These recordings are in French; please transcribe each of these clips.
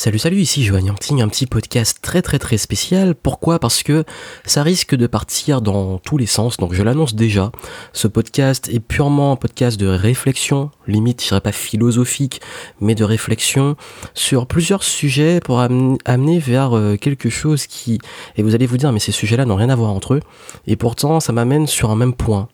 Salut, ici Joanne Yangting, un petit podcast très spécial. Pourquoi ? Parce que ça risque de partir dans tous les sens, donc je l'annonce déjà. Ce podcast est purement un podcast de réflexion, limite je dirais pas philosophique, mais de réflexion sur plusieurs sujets pour amener vers quelque chose qui... Et vous allez vous dire, mais ces sujets-là n'ont rien à voir entre eux. Et pourtant, ça m'amène sur un même point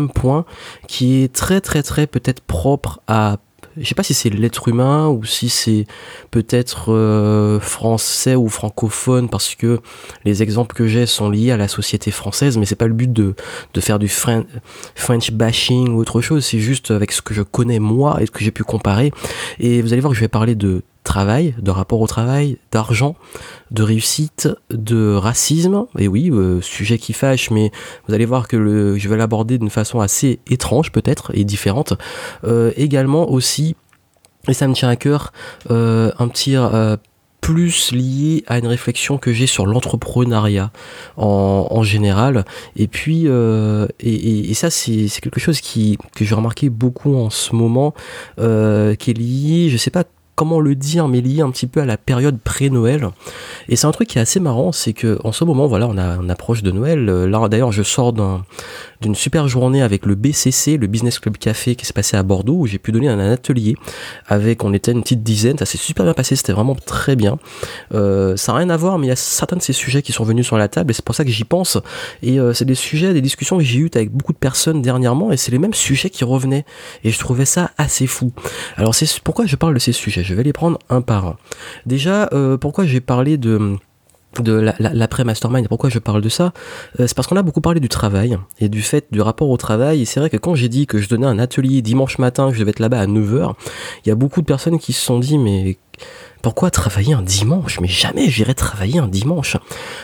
qui est très peut-être propre à... Je sais pas si c'est l'être humain ou si c'est peut-être français ou francophone, parce que les exemples que j'ai sont liés à la société française, mais c'est pas le but de faire du French bashing ou autre chose, c'est juste avec ce que je connais moi et ce que j'ai pu comparer. Et vous allez voir que je vais parler de travail, de rapport au travail, d'argent, de réussite, de racisme, et oui, sujet qui fâche, mais vous allez voir que je vais l'aborder d'une façon assez étrange peut-être, et différente. Également aussi, et ça me tient à cœur, un petit... plus lié à une réflexion que j'ai sur l'entrepreneuriat en général, et puis et ça c'est quelque chose que j'ai remarqué beaucoup en ce moment, qui est lié, je sais pas comment le dire, mais lié un petit peu à la période pré-Noël. Et c'est un truc qui est assez marrant, c'est que en ce moment, voilà, on approche de Noël. Là, d'ailleurs, je sors d'une super journée avec le BCC, le Business Club Café, qui s'est passé à Bordeaux, où j'ai pu donner un atelier on était une petite dizaine, ça s'est super bien passé, c'était vraiment très bien. Ça n'a rien à voir, mais il y a certains de ces sujets qui sont venus sur la table, et c'est pour ça que j'y pense. Et c'est des discussions que j'ai eues avec beaucoup de personnes dernièrement, et c'est les mêmes sujets qui revenaient. Et je trouvais ça assez fou. Alors, c'est pourquoi je parle de ces sujets. Je vais les prendre un par un. Déjà, pourquoi j'ai parlé de l'après-mastermind, pourquoi je parle de ça, c'est parce qu'on a beaucoup parlé du travail et du fait du rapport au travail, et c'est vrai que quand j'ai dit que je donnais un atelier dimanche matin, que je devais être là-bas à 9h, il y a beaucoup de personnes qui se sont dit mais pourquoi travailler un dimanche ? Mais jamais j'irai travailler un dimanche.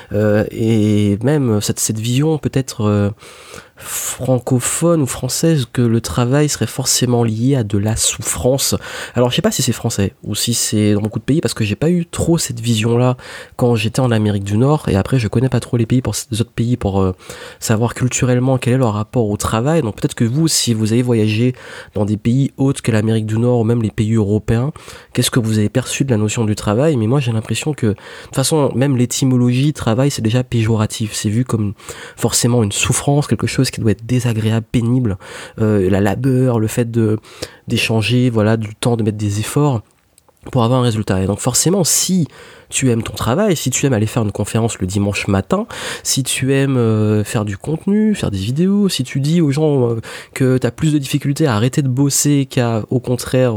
Et même cette vision peut-être francophone ou française que le travail serait forcément lié à de la souffrance. Alors je sais pas si c'est français ou si c'est dans beaucoup de pays, parce que j'ai pas eu trop cette vision-là quand j'étais en Amérique du Nord, et après je connais pas trop les autres pays pour savoir culturellement quel est leur rapport au travail. Donc peut-être que vous, si vous avez voyagé dans des pays autres que l'Amérique du Nord ou même les pays européens, qu'est-ce que vous avez perçu de la notion du travail ? Mais moi j'ai l'impression que de toute façon même l'étymologie travail c'est déjà péjoratif, c'est vu comme forcément une souffrance, quelque chose qui doit être désagréable, pénible, la labeur, le fait d'échanger, voilà, du temps, de mettre des efforts pour avoir un résultat. Et donc forcément, si tu aimes ton travail, si tu aimes aller faire une conférence le dimanche matin, si tu aimes faire du contenu, faire des vidéos, si tu dis aux gens que tu as plus de difficultés à arrêter de bosser qu'à, au contraire,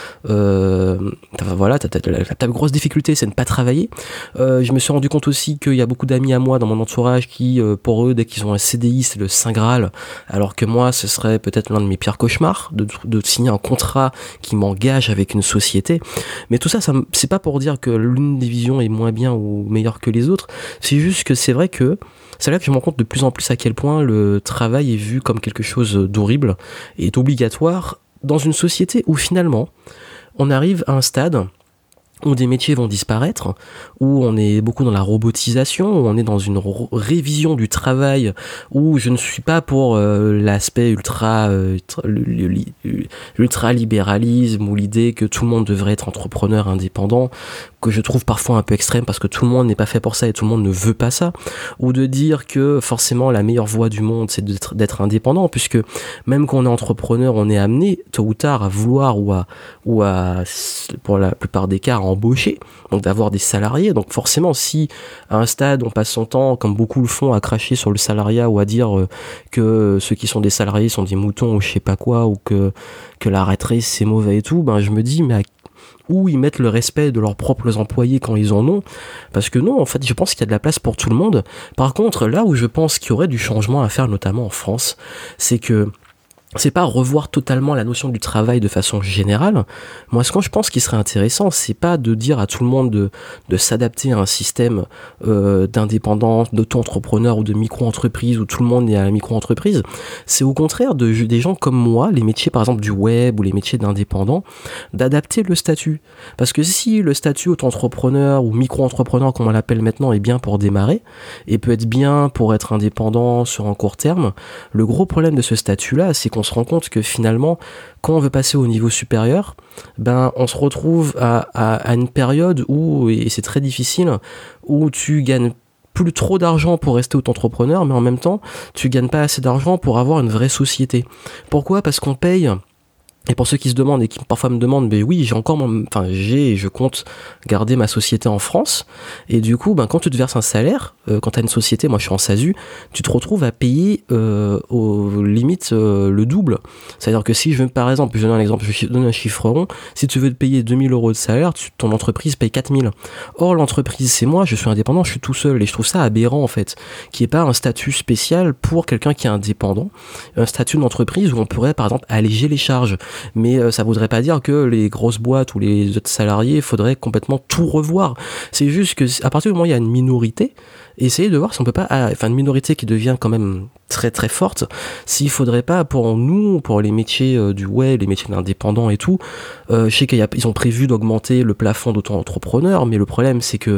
voilà, ta grosse difficulté, c'est de ne pas travailler. Je me suis rendu compte aussi qu'il y a beaucoup d'amis à moi dans mon entourage qui, pour eux, dès qu'ils ont un CDI, c'est le Saint Graal, alors que moi, ce serait peut-être l'un de mes pires cauchemars, de signer un contrat qui m'engage avec une société. Mais tout ça, c'est pas pour dire que l'une des visions est moins bien ou meilleure que les autres, c'est juste que c'est vrai que c'est là que je me rends compte de plus en plus à quel point le travail est vu comme quelque chose d'horrible et d'obligatoire dans une société où finalement on arrive à un stade où des métiers vont disparaître, où on est beaucoup dans la robotisation, où on est dans une révision du travail, où je ne suis pas pour l'aspect ultra-libéralisme ou l'idée que tout le monde devrait être entrepreneur indépendant, que je trouve parfois un peu extrême parce que tout le monde n'est pas fait pour ça et tout le monde ne veut pas ça, ou de dire que forcément la meilleure voie du monde c'est d'être indépendant, puisque même quand on est entrepreneur, on est amené tôt ou tard à vouloir ou à pour la plupart des cas à embaucher, donc d'avoir des salariés. Donc forcément, si à un stade on passe son temps, comme beaucoup le font, à cracher sur le salariat ou à dire que ceux qui sont des salariés sont des moutons ou je sais pas quoi, ou que la retraite c'est mauvais et tout, ben je me dis mais où ils mettent le respect de leurs propres employés quand ils en ont, parce que non, en fait je pense qu'il y a de la place pour tout le monde. Par contre, là où je pense qu'il y aurait du changement à faire, notamment en France, c'est que c'est pas revoir totalement la notion du travail de façon générale. Moi, ce que je pense qui serait intéressant, c'est pas de dire à tout le monde de s'adapter à un système d'indépendance, d'auto-entrepreneur ou de micro-entreprise où tout le monde est à la micro-entreprise. C'est au contraire des gens comme moi, les métiers par exemple du web ou les métiers d'indépendant, d'adapter le statut. Parce que si le statut auto-entrepreneur ou micro-entrepreneur, comme on l'appelle maintenant, est bien pour démarrer et peut être bien pour être indépendant sur un court terme, le gros problème de ce statut-là, c'est qu'on qu'on se rend compte que finalement, quand on veut passer au niveau supérieur, ben on se retrouve à une période où, et c'est très difficile, où tu gagnes plus trop d'argent pour rester auto-entrepreneur, mais en même temps, tu gagnes pas assez d'argent pour avoir une vraie société. Pourquoi ? Parce qu'on paye. Et pour ceux qui se demandent et qui parfois me demandent, mais oui, je compte garder ma société en France. Et du coup, ben, quand tu te verses un salaire, quand tu as une société, moi je suis en SASU, tu te retrouves à payer aux limites le double. C'est-à-dire que si je veux, par exemple, je donne un exemple, je donne un chiffre rond, si tu veux te payer 2000 € de salaire, ton entreprise paye 4000. Or, l'entreprise, c'est moi, je suis indépendant, je suis tout seul. Et je trouve ça aberrant, en fait, qu'il n'y ait pas un statut spécial pour quelqu'un qui est indépendant, un statut d'entreprise où on pourrait, par exemple, alléger les charges. Mais ça voudrait pas dire que les grosses boîtes ou les autres salariés, il faudrait complètement tout revoir. C'est juste que à partir du moment où il y a une minorité, essayer de voir si on peut pas, une minorité qui devient quand même très très forte, s'il faudrait pas pour nous, pour les métiers du web, les métiers d'indépendants et tout, je sais qu'ils ont prévu d'augmenter le plafond d'auto-entrepreneur, mais le problème c'est que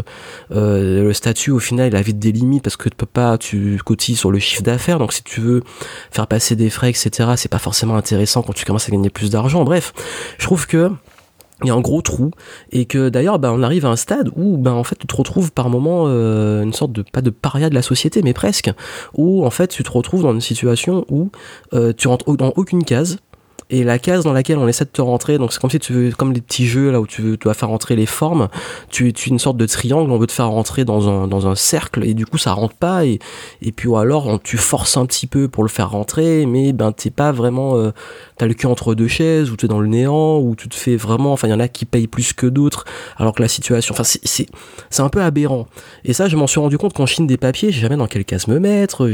le statut au final il a vite des limites parce que tu cotises sur le chiffre d'affaires, donc si tu veux faire passer des frais, etc., c'est pas forcément intéressant quand tu commences à gagner plus d'argent. Bref, je trouve que il y a un gros trou et que d'ailleurs on arrive à un stade où en fait tu te retrouves par moment une sorte de, pas de paria de la société mais presque, où en fait tu te retrouves dans une situation où tu rentres dans aucune case. Et la case dans laquelle on essaie de te rentrer, donc c'est comme si comme les petits jeux là où tu dois faire rentrer les formes, tu es une sorte de triangle, on veut te faire rentrer dans un cercle et du coup ça rentre pas et puis ou alors tu forces un petit peu pour le faire rentrer, mais t'es pas vraiment, t'as le cul entre deux chaises ou t'es dans le néant ou tu te fais vraiment, il y en a qui payent plus que d'autres alors que la situation, c'est un peu aberrant. Et ça je m'en suis rendu compte quand je signe des papiers, je sais jamais dans quelle case me mettre,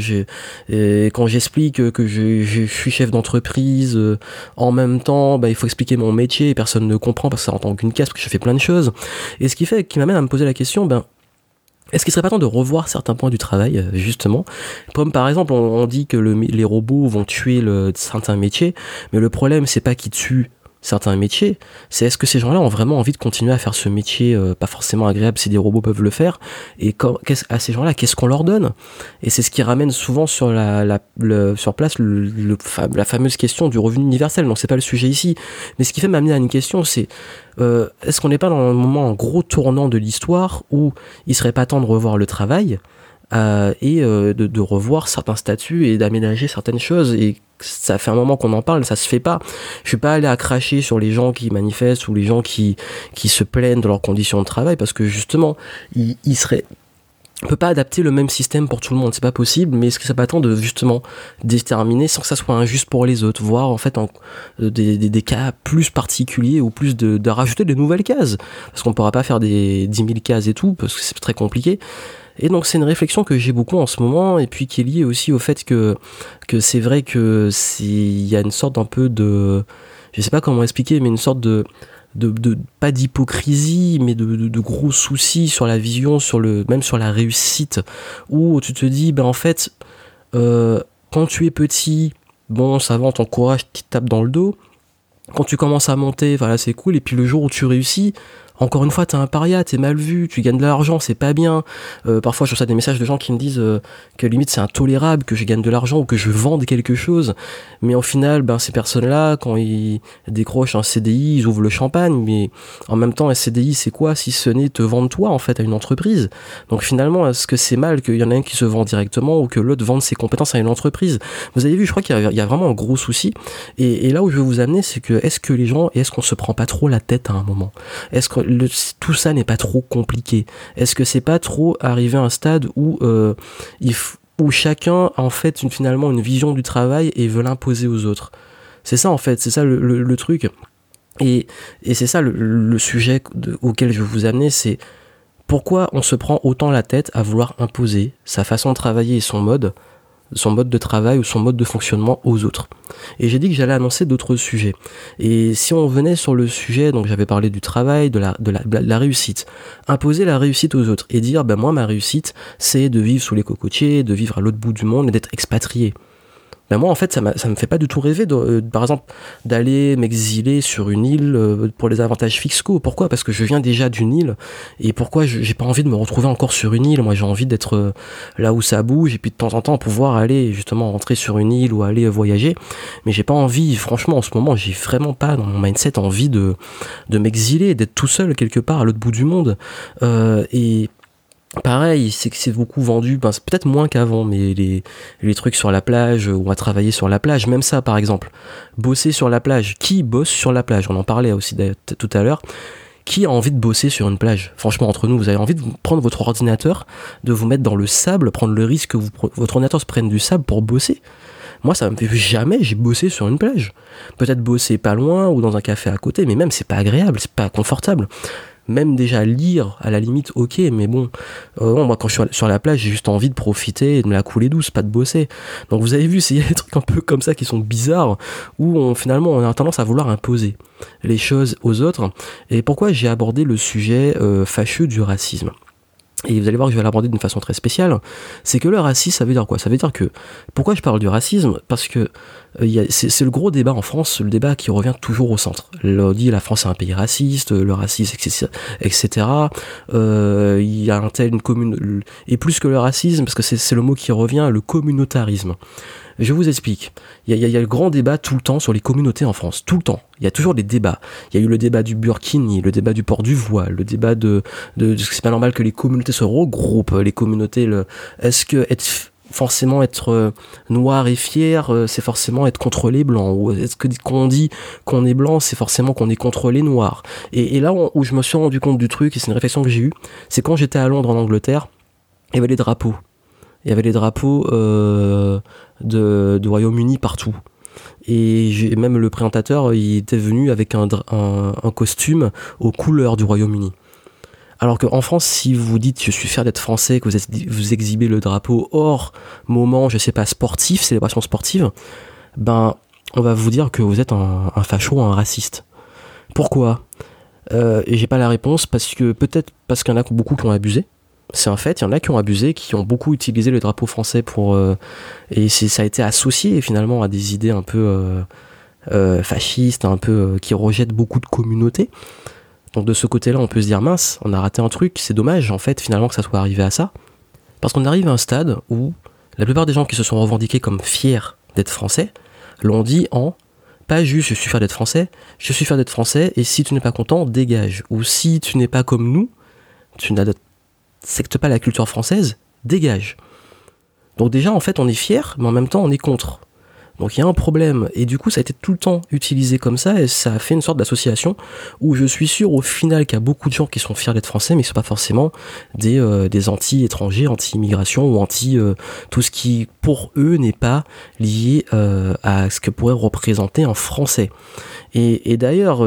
quand j'explique que je suis chef d'entreprise. En même temps, il faut expliquer mon métier et personne ne comprend parce que ça rentre en aucune case parce que je fais plein de choses. Et ce qui m'amène à me poser la question, est-ce qu'il serait pas temps de revoir certains points du travail, justement ? Comme par exemple, on dit que les robots vont tuer certains métiers, mais le problème, c'est pas qu'ils tuent certains métiers, c'est est-ce que ces gens-là ont vraiment envie de continuer à faire ce métier pas forcément agréable si des robots peuvent le faire, et à ces gens-là, qu'est-ce qu'on leur donne ? Et c'est ce qui ramène souvent sur sur place la fameuse question du revenu universel. Donc c'est pas le sujet ici, mais ce qui fait m'amener à une question, c'est est-ce qu'on n'est pas dans un moment, un gros tournant de l'histoire où il serait pas temps de revoir le travail et de revoir certains statuts et d'aménager certaines choses. Et ça fait un moment qu'on en parle, ça se fait pas. Je suis pas allé à cracher sur les gens qui manifestent ou les gens qui se plaignent de leurs conditions de travail parce que justement on peut pas adapter le même système pour tout le monde, c'est pas possible, mais est-ce que ça pas temps de justement déterminer sans que ça soit injuste pour les autres, voire en fait des cas plus particuliers ou plus de rajouter de nouvelles cases, parce qu'on pourra pas faire des 10 000 cases et tout, parce que c'est très compliqué. Et donc c'est une réflexion que j'ai beaucoup en ce moment, et puis qui est liée aussi au fait que c'est vrai que il y a une sorte d'un peu de, je sais pas comment expliquer, mais une sorte de pas d'hypocrisie, mais de gros soucis sur la vision, même sur la réussite, où tu te dis, en fait, quand tu es petit, ça va, on t'encourage, tu te tapes dans le dos. Quand tu commences à monter, voilà, c'est cool, et puis le jour où tu réussis, encore une fois, t'es un paria, t'es mal vu, tu gagnes de l'argent, c'est pas bien. Parfois, je reçois des messages de gens qui me disent que limite c'est intolérable que je gagne de l'argent ou que je vende quelque chose. Mais au final, ces personnes-là, quand ils décrochent un CDI, ils ouvrent le champagne. Mais en même temps, un CDI, c'est quoi si ce n'est te vendre toi, en fait, à une entreprise ? Donc finalement, est-ce que c'est mal qu'il y en a un qui se vend directement ou que l'autre vende ses compétences à une entreprise ? Vous avez vu, je crois qu'il y a vraiment un gros souci. Et là où je veux vous amener, c'est que est-ce qu'on se prend pas trop la tête à un moment ? Est-ce que tout ça n'est pas trop compliqué ? Est-ce que c'est pas trop arrivé à un stade où où chacun a en fait finalement une vision du travail et veut l'imposer aux autres ? C'est ça en fait, c'est ça le truc. Et c'est ça le sujet auquel je veux vous amener, c'est pourquoi on se prend autant la tête à vouloir imposer sa façon de travailler et son mode de travail ou son mode de fonctionnement aux autres. Et j'ai dit que j'allais annoncer d'autres sujets. Et si on venait sur le sujet, donc j'avais parlé du travail, de la réussite. Imposer la réussite aux autres et dire, moi ma réussite, c'est de vivre sous les cocotiers, de vivre à l'autre bout du monde et d'être expatrié. Ben moi, en fait, ça me fait pas du tout rêver, par exemple, d'aller m'exiler sur une île pour les avantages fiscaux. Pourquoi ? Parce que je viens déjà d'une île, et pourquoi j'ai pas envie de me retrouver encore sur une île. Moi, j'ai envie d'être là où ça bouge, et puis de temps en temps pouvoir aller justement rentrer sur une île ou aller voyager. Mais j'ai pas envie, franchement, en ce moment, j'ai vraiment pas dans mon mindset envie de m'exiler, d'être tout seul quelque part à l'autre bout du monde. Et pareil, c'est que c'est beaucoup vendu, c'est peut-être moins qu'avant, mais les trucs sur la plage, on va travailler sur la plage, même ça par exemple, bosser sur la plage, qui bosse sur la plage ? On en parlait aussi tout à l'heure. Qui a envie de bosser sur une plage ? Franchement, entre nous, vous avez envie de prendre votre ordinateur, de vous mettre dans le sable, prendre le risque que votre ordinateur se prenne du sable pour bosser ? Moi, ça me fait jamais, j'ai bossé sur une plage. Peut-être bosser pas loin ou dans un café à côté, mais même c'est pas agréable, c'est pas confortable. Même déjà lire, à la limite, ok, mais bon, moi quand je suis sur la plage, j'ai juste envie de profiter et de me la couler douce, pas de bosser. Donc vous avez vu, il y a des trucs un peu comme ça qui sont bizarres, où finalement on a tendance à vouloir imposer les choses aux autres. Et pourquoi j'ai abordé le sujet fâcheux du racisme ? Et vous allez voir que je vais l'aborder d'une façon très spéciale. C'est que le racisme, ça veut dire quoi ? Ça veut dire que, pourquoi je parle du racisme ? Parce que c'est le gros débat en France, le débat qui revient toujours au centre. On dit la France est un pays raciste, le racisme, etc. Il y a une commune... Et plus que le racisme, parce que c'est le mot qui revient, le communautarisme. Je vous explique. Il y a le grand débat tout le temps sur les communautés en France. Tout le temps. Il y a toujours des débats. Il y a eu le débat du burkini, le débat du port du voile, le débat de c'est pas normal que les communautés se regroupent. Les communautés, est-ce que forcément être noir et fier, c'est forcément être contre les blancs, ou est-ce que qu'on dit qu'on est blanc, c'est forcément qu'on est contre les noirs. Et là où je me suis rendu compte du truc, et c'est une réflexion que j'ai eue, c'est quand j'étais à Londres en Angleterre, il y avait les drapeaux. Il y avait les drapeaux du Royaume-Uni partout. Et même le présentateur, il était venu avec un costume aux couleurs du Royaume-Uni. Alors qu'en France, si vous dites je suis fier d'être français, que vous exhibez le drapeau hors moment, je sais pas, sportif, célébration sportive, on va vous dire que vous êtes un facho, un raciste. Pourquoi ? Et j'ai pas la réponse, peut-être parce qu'il y en a beaucoup qui ont abusé. C'est un fait, il y en a qui ont abusé, qui ont beaucoup utilisé le drapeau français et ça a été associé finalement à des idées un peu fascistes, un peu qui rejettent beaucoup de communautés. Donc de ce côté-là, on peut se dire mince, on a raté un truc, c'est dommage en fait finalement que ça soit arrivé à ça. Parce qu'on arrive à un stade où la plupart des gens qui se sont revendiqués comme fiers d'être français l'ont dit en pas juste je suis fier d'être français et si tu n'es pas content, dégage. Ou si tu n'es pas comme nous, tu n'acceptes pas la culture française, dégage. Donc déjà en fait on est fier, mais en même temps on est contre. Donc il y a un problème, et du coup ça a été tout le temps utilisé comme ça, et ça a fait une sorte d'association où je suis sûr au final qu'il y a beaucoup de gens qui sont fiers d'être français, mais qui ne sont pas forcément des anti-étrangers, anti-immigration ou tout ce qui pour eux n'est pas lié à ce que pourrait représenter un Français. Et d'ailleurs,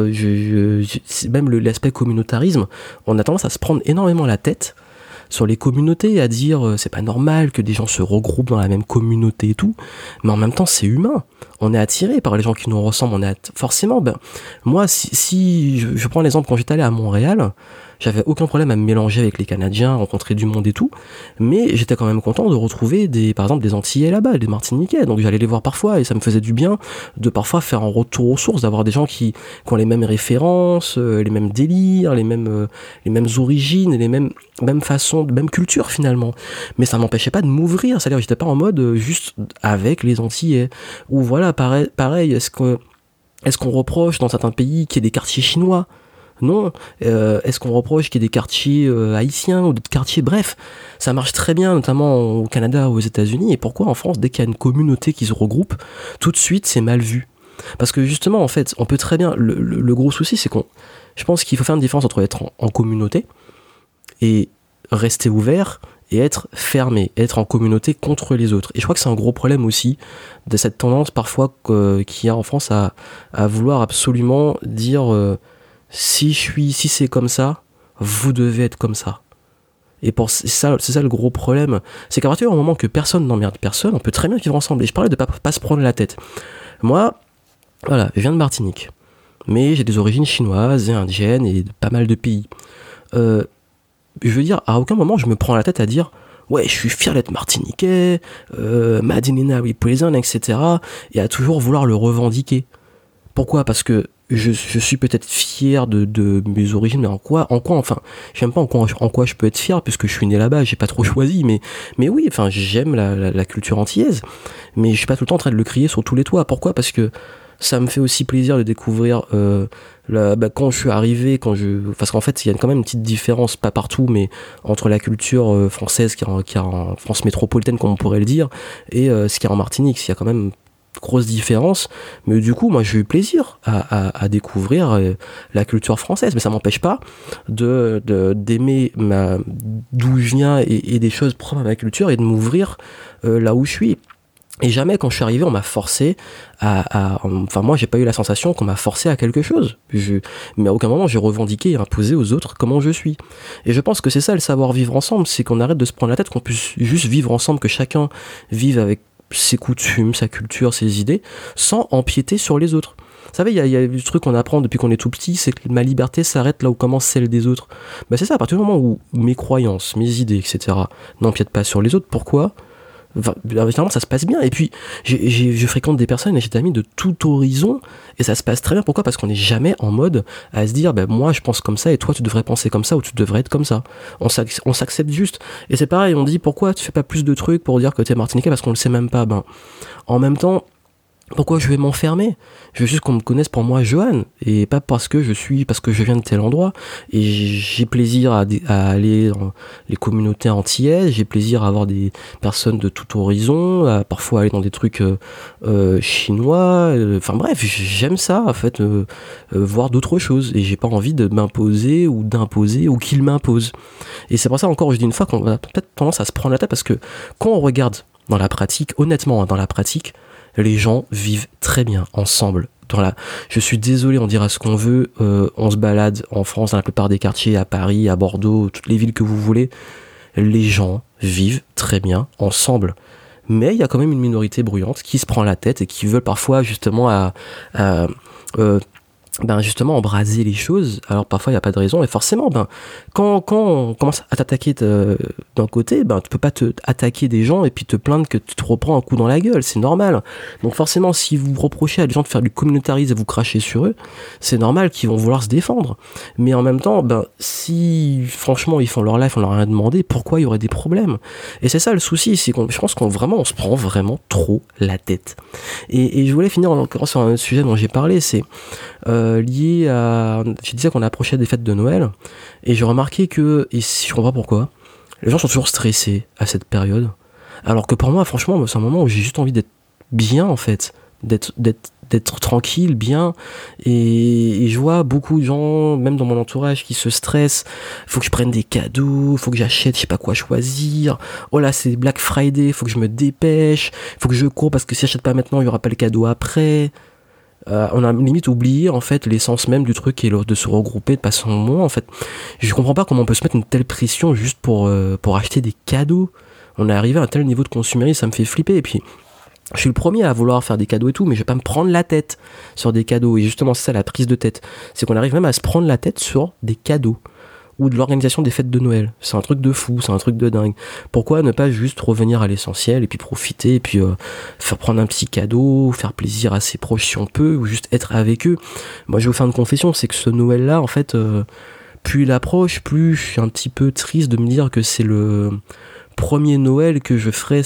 même l'aspect communautarisme, on a tendance à se prendre énormément la tête sur les communautés, à dire c'est pas normal que des gens se regroupent dans la même communauté et tout, mais en même temps c'est humain, on est attiré par les gens qui nous ressemblent, forcément, moi si je prends l'exemple quand j'étais allé à Montréal, j'avais aucun problème à me mélanger avec les Canadiens, rencontrer du monde et tout, mais j'étais quand même content de retrouver par exemple des Antillais là-bas, des Martiniquais, donc j'allais les voir parfois et ça me faisait du bien de parfois faire un retour aux sources, d'avoir des gens qui ont les mêmes références, les mêmes délires, les mêmes origines, les mêmes façons, même culture finalement, mais ça m'empêchait pas de m'ouvrir, c'est-à-dire j'étais pas en mode juste avec les Antillais, ou voilà, pareil, est-ce qu'on reproche dans certains pays qu'il y ait des quartiers chinois ? Non. Est-ce qu'on reproche qu'il y ait des quartiers haïtiens ou d'autres quartiers ? Bref, ça marche très bien, notamment au Canada ou aux États-Unis. Et pourquoi en France, dès qu'il y a une communauté qui se regroupe, tout de suite c'est mal vu ? Parce que justement, en fait, on peut très bien. Le gros souci, c'est je pense qu'il faut faire une différence entre être en communauté et rester ouvert et être fermé, être en communauté contre les autres. Et je crois que c'est un gros problème aussi de cette tendance parfois qu'il y a en France à vouloir absolument dire si c'est comme ça, vous devez être comme ça. Et c'est ça le gros problème. C'est qu'à partir du moment que personne n'emmerde personne, on peut très bien vivre ensemble. Et je parlais de pas se prendre la tête. Moi, voilà, je viens de Martinique. Mais j'ai des origines chinoises et indiennes et de pas mal de pays. Je veux dire, à aucun moment je me prends la tête à dire ouais, je suis fier d'être martiniquais, Madinina represent, etc. Et à toujours vouloir le revendiquer. Pourquoi ? Parce que je suis peut-être fier de mes origines, mais en quoi, enfin, j'aime pas en quoi je peux être fier, puisque je suis né là-bas, j'ai pas trop choisi, mais oui, enfin, j'aime la culture antillaise, mais je suis pas tout le temps en train de le crier sur tous les toits. Pourquoi ? Parce que ça me fait aussi plaisir de découvrir quand je suis arrivé, parce qu'en fait il y a quand même une petite différence, pas partout, mais entre la culture française qui est en France métropolitaine, comme on pourrait le dire, et ce qu'il y a en Martinique. Il y a quand même grosse différence, mais du coup moi j'ai eu plaisir à découvrir la culture française, mais ça m'empêche pas d'aimer d'où je viens et des choses propres à ma culture, et de m'ouvrir là où je suis. Et jamais quand je suis arrivé on m'a forcé enfin moi j'ai pas eu la sensation qu'on m'a forcé à quelque chose, mais à aucun moment j'ai revendiqué et imposé aux autres comment je suis. Et je pense que c'est ça le savoir vivre ensemble, c'est qu'on arrête de se prendre la tête, qu'on puisse juste vivre ensemble, que chacun vive avec ses coutumes, sa culture, ses idées, sans empiéter sur les autres. Vous savez, il y a du truc qu'on apprend depuis qu'on est tout petit, c'est que ma liberté s'arrête là où commence celle des autres. Ben c'est ça, à partir du moment où mes croyances, mes idées, etc. n'empiètent pas sur les autres, pourquoi ? Enfin, évidemment, ça se passe bien. Et puis, je fréquente des personnes et j'ai des amis de tout horizon et ça se passe très bien. Pourquoi ? Parce qu'on n'est jamais en mode à se dire, ben moi je pense comme ça et toi tu devrais penser comme ça ou tu devrais être comme ça. On s'accepte juste. Et c'est pareil, on dit pourquoi tu fais pas plus de trucs pour dire que t'es martiniquais parce qu'on le sait même pas. Ben, en même temps, pourquoi je vais m'enfermer ? Je veux juste qu'on me connaisse pour moi, Johan, et pas parce que je viens de tel endroit. Et j'ai plaisir à aller dans les communautés antillaises, j'ai plaisir à avoir des personnes de tout horizon, à parfois aller dans des trucs chinois, enfin bref, j'aime ça, en fait, voir d'autres choses, et j'ai pas envie de m'imposer ou d'imposer ou qu'ils m'imposent. Et c'est pour ça encore, je dis une fois, qu'on a peut-être tendance à se prendre la tête, parce que quand on regarde dans la pratique, honnêtement, dans la pratique, les gens vivent très bien ensemble. Je suis désolé, on dira ce qu'on veut, on se balade en France dans la plupart des quartiers, à Paris, à Bordeaux, toutes les villes que vous voulez, les gens vivent très bien ensemble. Mais il y a quand même une minorité bruyante qui se prend la tête et qui veulent parfois justement justement embraser les choses. Alors parfois il n'y a pas de raison, et forcément quand on commence à t'attaquer d'un côté, tu peux pas attaquer des gens et puis te plaindre que tu te reprends un coup dans la gueule, c'est normal. Donc forcément, si vous reprochez à des gens de faire du communautarisme et vous crachez sur eux, c'est normal qu'ils vont vouloir se défendre. Mais en même temps, si franchement ils font leur life, on leur a rien demandé, pourquoi il y aurait des problèmes ? Et c'est ça le souci, c'est je pense qu'on se prend vraiment trop la tête. Et je voulais finir encore sur un sujet dont j'ai parlé, c'est lié à... Je disais qu'on approchait des fêtes de Noël, et j'ai remarqué que, et si je comprends pas pourquoi, les gens sont toujours stressés à cette période, alors que pour moi, franchement, c'est un moment où j'ai juste envie d'être bien, en fait, d'être tranquille, bien, et je vois beaucoup de gens, même dans mon entourage, qui se stressent. Faut que je prenne des cadeaux, faut que j'achète, je sais pas quoi choisir, oh là c'est Black Friday, faut que je me dépêche, faut que je cours parce que si j'achète pas maintenant, il y aura pas le cadeau après. On a limite oublié en fait l'essence même du truc, qui est de se regrouper, de passer un moment. En fait, je comprends pas comment on peut se mettre une telle pression juste pour acheter des cadeaux. On est arrivé à un tel niveau de consumérisme, ça me fait flipper. Et puis je suis le premier à vouloir faire des cadeaux et tout, mais je vais pas me prendre la tête sur des cadeaux. Et justement c'est ça la prise de tête, c'est qu'on arrive même à se prendre la tête sur des cadeaux ou de l'organisation des fêtes de Noël. C'est un truc de fou, c'est un truc de dingue. Pourquoi ne pas juste revenir à l'essentiel et puis profiter et puis faire prendre un petit cadeau, faire plaisir à ses proches si on peut, ou juste être avec eux. Moi je vais vous faire une confession, c'est que ce Noël-là, en fait, plus il approche, plus je suis un petit peu triste de me dire que c'est le premier Noël que je ferai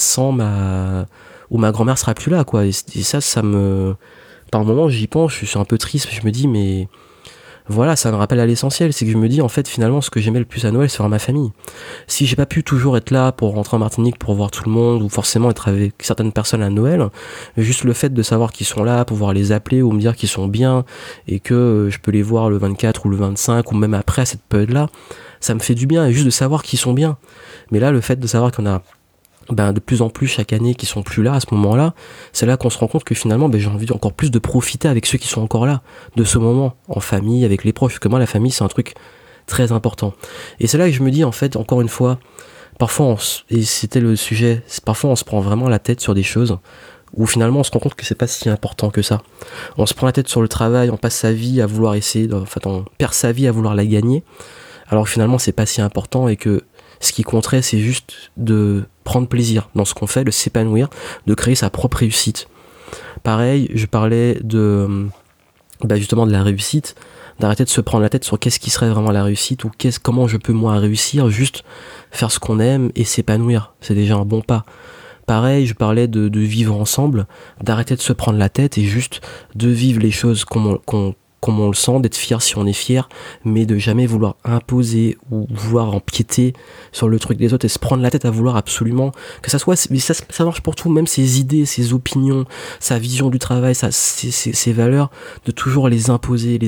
où ma grand-mère sera plus là, quoi. Et ça me... Par moments j'y pense, je suis un peu triste, je me dis mais... Voilà, ça me rappelle à l'essentiel, c'est que je me dis en fait finalement ce que j'aimais le plus à Noël, c'est voir ma famille. Si j'ai pas pu toujours être là pour rentrer en Martinique pour voir tout le monde, ou forcément être avec certaines personnes à Noël, juste le fait de savoir qu'ils sont là, pouvoir les appeler ou me dire qu'ils sont bien et que je peux les voir le 24 ou le 25 ou même après à cette période-là, ça me fait du bien, et juste de savoir qu'ils sont bien. Mais là, le fait de savoir qu'on a de plus en plus chaque année qui sont plus là à ce moment-là, c'est là qu'on se rend compte que finalement j'ai envie encore plus de profiter avec ceux qui sont encore là, de ce moment en famille, avec les proches, parce que moi la famille c'est un truc très important. Et c'est là que je me dis en fait, encore une fois, parfois et c'était le sujet, parfois on se prend vraiment la tête sur des choses où finalement on se rend compte que c'est pas si important que ça. On se prend la tête sur le travail, on passe sa vie à vouloir on perd sa vie à vouloir la gagner, alors que finalement c'est pas si important, et que Ce qui compterait, c'est juste de prendre plaisir dans ce qu'on fait, de s'épanouir, de créer sa propre réussite. Pareil, je parlais de justement de la réussite, d'arrêter de se prendre la tête sur qu'est-ce qui serait vraiment la réussite ou comment je peux moi réussir, juste faire ce qu'on aime et s'épanouir. C'est déjà un bon pas. Pareil, je parlais de vivre ensemble, d'arrêter de se prendre la tête et juste de vivre les choses comme on le sent, d'être fier si on est fier, mais de jamais vouloir imposer ou vouloir empiéter sur le truc des autres et se prendre la tête à vouloir absolument que ça soit, mais ça marche pour tout, même ses idées, ses opinions, sa vision du travail, ses valeurs, de toujours les imposer.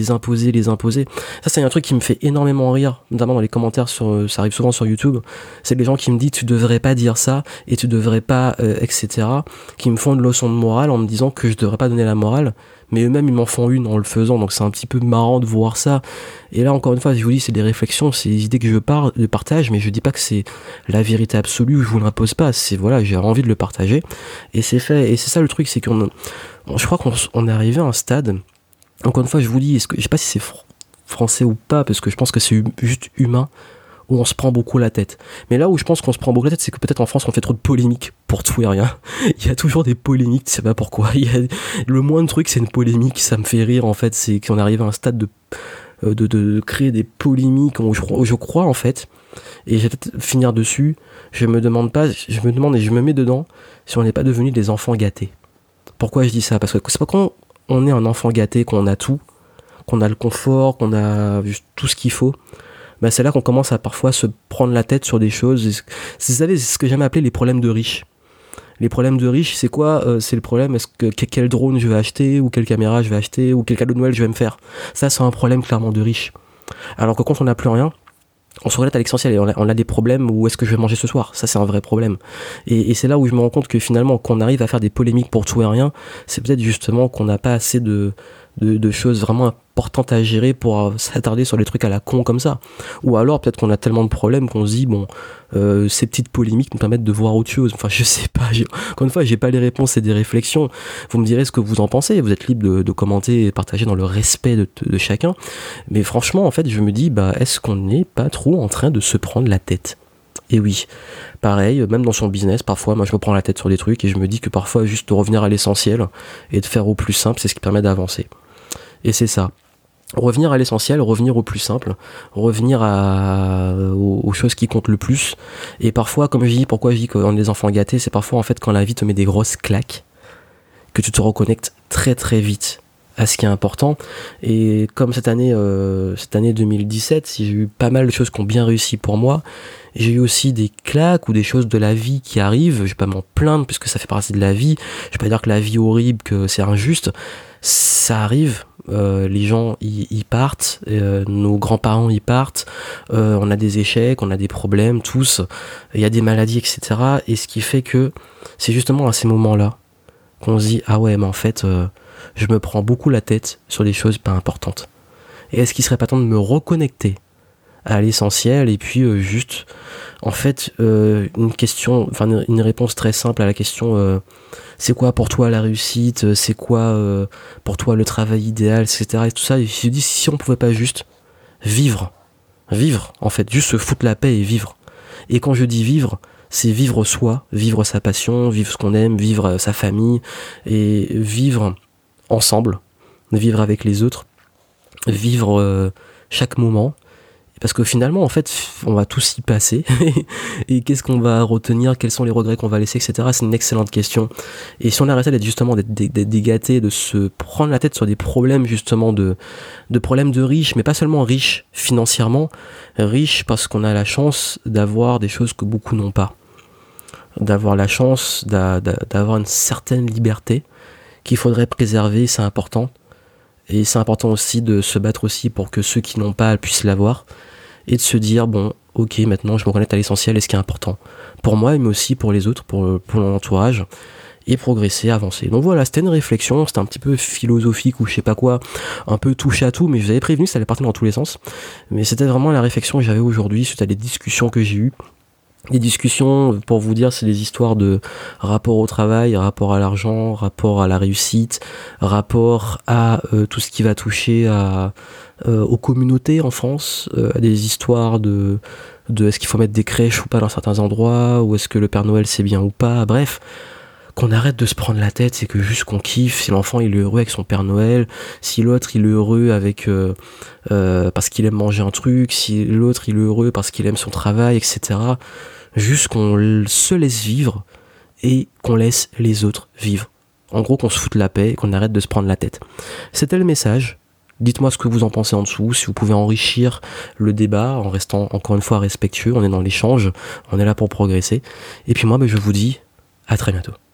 Ça, c'est un truc qui me fait énormément rire, notamment dans les commentaires ça arrive souvent sur YouTube, c'est les gens qui me disent tu devrais pas dire ça et tu devrais pas, etc., qui me font une leçon de morale en me disant que je devrais pas donner la morale, mais eux-mêmes ils m'en font une en le faisant, donc c'est un petit peu marrant de voir ça. Et là encore une fois, je vous dis, c'est des réflexions, c'est des idées que je partage, mais je dis pas que c'est la vérité absolue, je vous l'impose pas, c'est voilà, j'ai envie de le partager et c'est fait. Et c'est ça le truc, c'est je crois qu'on est arrivé à un stade, encore une fois je vous dis, je sais pas si c'est français ou pas, parce que je pense que c'est juste humain, où on se prend beaucoup la tête. Mais là où je pense qu'on se prend beaucoup la tête, c'est que peut-être en France on fait trop de polémiques pour tout et rien. Il y a toujours des polémiques, tu sais pas pourquoi. Le moindre truc c'est une polémique, ça me fait rire en fait, c'est qu'on arrive à un stade de créer des polémiques où je crois en fait, et je vais peut-être finir dessus, je me demande et je me mets dedans si on n'est pas devenu des enfants gâtés. Pourquoi je dis ça ? Parce que c'est pas quand on est un enfant gâté qu'on a tout, qu'on a le confort, qu'on a juste tout ce qu'il faut, c'est là qu'on commence à parfois se prendre la tête sur des choses. Vous savez, c'est ce que j'aime appeler les problèmes de riches. Les problèmes de riches, c'est quoi ? C'est le problème, quel drone je vais acheter, ou quelle caméra je vais acheter, ou quel cadeau de Noël je vais me faire. Ça, c'est un problème clairement de riches. Alors que quand on n'a plus rien, on se relate à l'essentiel et on a des problèmes. Où est-ce que je vais manger ce soir ? Ça, c'est un vrai problème. Et c'est là où je me rends compte que finalement, quand on arrive à faire des polémiques pour tout et rien, c'est peut-être justement qu'on n'a pas assez de choses vraiment importantes à gérer pour s'attarder sur les trucs à la con comme ça. Ou alors peut-être qu'on a tellement de problèmes qu'on se dit ces petites polémiques nous permettent de voir autre chose. Enfin, je sais pas, encore une fois, j'ai pas les réponses, c'est des réflexions. Vous me direz ce que vous en pensez, vous êtes libre de commenter et partager dans le respect de chacun. Mais franchement, en fait, je me dis est-ce qu'on n'est pas trop en train de se prendre la tête ? Et oui, pareil, même dans son business, parfois, moi je me prends la tête sur des trucs et je me dis que parfois juste de revenir à l'essentiel et de faire au plus simple, c'est ce qui permet d'avancer. Et c'est ça. Revenir à l'essentiel, revenir au plus simple, revenir aux choses qui comptent le plus. Et parfois, comme je dis, pourquoi je dis qu'on est des enfants gâtés, c'est parfois en fait quand la vie te met des grosses claques, que tu te reconnectes très très vite à ce qui est important. Et comme cette année 2017, j'ai eu pas mal de choses qui ont bien réussi pour moi. J'ai eu aussi des claques ou des choses de la vie qui arrivent. Je vais pas m'en plaindre puisque ça fait partie de la vie. Je vais pas dire que la vie est horrible, que c'est injuste. Ça arrive. Les gens y partent, nos grands-parents y partent, on a des échecs, on a des problèmes, tous, il y a des maladies, etc. Et ce qui fait que c'est justement à ces moments-là qu'on se dit, ah ouais, mais en fait, je me prends beaucoup la tête sur des choses pas importantes. Et est-ce qu'il serait pas temps de me reconnecter à l'essentiel et puis juste, en fait, une réponse très simple à la question, c'est quoi pour toi la réussite, c'est quoi pour toi le travail idéal, etc. Et tout ça, je me dis, si on pouvait pas juste vivre, en fait, juste se foutre la paix et vivre. Et quand je dis vivre, c'est vivre soi, vivre sa passion, vivre ce qu'on aime, vivre sa famille, et vivre ensemble, vivre avec les autres, vivre chaque moment. Parce que finalement, en fait, on va tous y passer. Et qu'est-ce qu'on va retenir ? Quels sont les regrets qu'on va laisser, etc. C'est une excellente question. Et si on arrêtait d'être gâté, de se prendre la tête sur des problèmes, justement, de problèmes de riches, mais pas seulement riches financièrement, riches parce qu'on a la chance d'avoir des choses que beaucoup n'ont pas. D'avoir la chance d'avoir une certaine liberté qu'il faudrait préserver, c'est important. Et c'est important aussi de se battre aussi pour que ceux qui n'ont pas puissent l'avoir. Et de se dire, bon, ok, maintenant je me reconnecte à l'essentiel et ce qui est important. Pour moi, mais aussi pour les autres, pour mon entourage. Et progresser, avancer. Donc voilà, c'était une réflexion, c'était un petit peu philosophique ou je sais pas quoi, un peu touche à tout, mais je vous avais prévenu, ça allait partir dans tous les sens. Mais c'était vraiment la réflexion que j'avais aujourd'hui suite à les discussions que j'ai eues. Les discussions, pour vous dire, c'est des histoires de rapport au travail, rapport à l'argent, rapport à la réussite, rapport à tout ce qui va toucher aux communautés en France, à des histoires de de est-ce qu'il faut mettre des crèches ou pas dans certains endroits, ou est-ce que le Père Noël c'est bien ou pas, bref, qu'on arrête de se prendre la tête, c'est que juste qu'on kiffe, si l'enfant il est heureux avec son Père Noël, si l'autre il est heureux avec parce qu'il aime manger un truc, si l'autre il est heureux parce qu'il aime son travail, etc. Juste qu'on se laisse vivre et qu'on laisse les autres vivre. En gros, qu'on se foute la paix et qu'on arrête de se prendre la tête. C'était le message. Dites-moi ce que vous en pensez en dessous, si vous pouvez enrichir le débat en restant encore une fois respectueux, on est dans l'échange, on est là pour progresser. Et puis moi, je vous dis à très bientôt.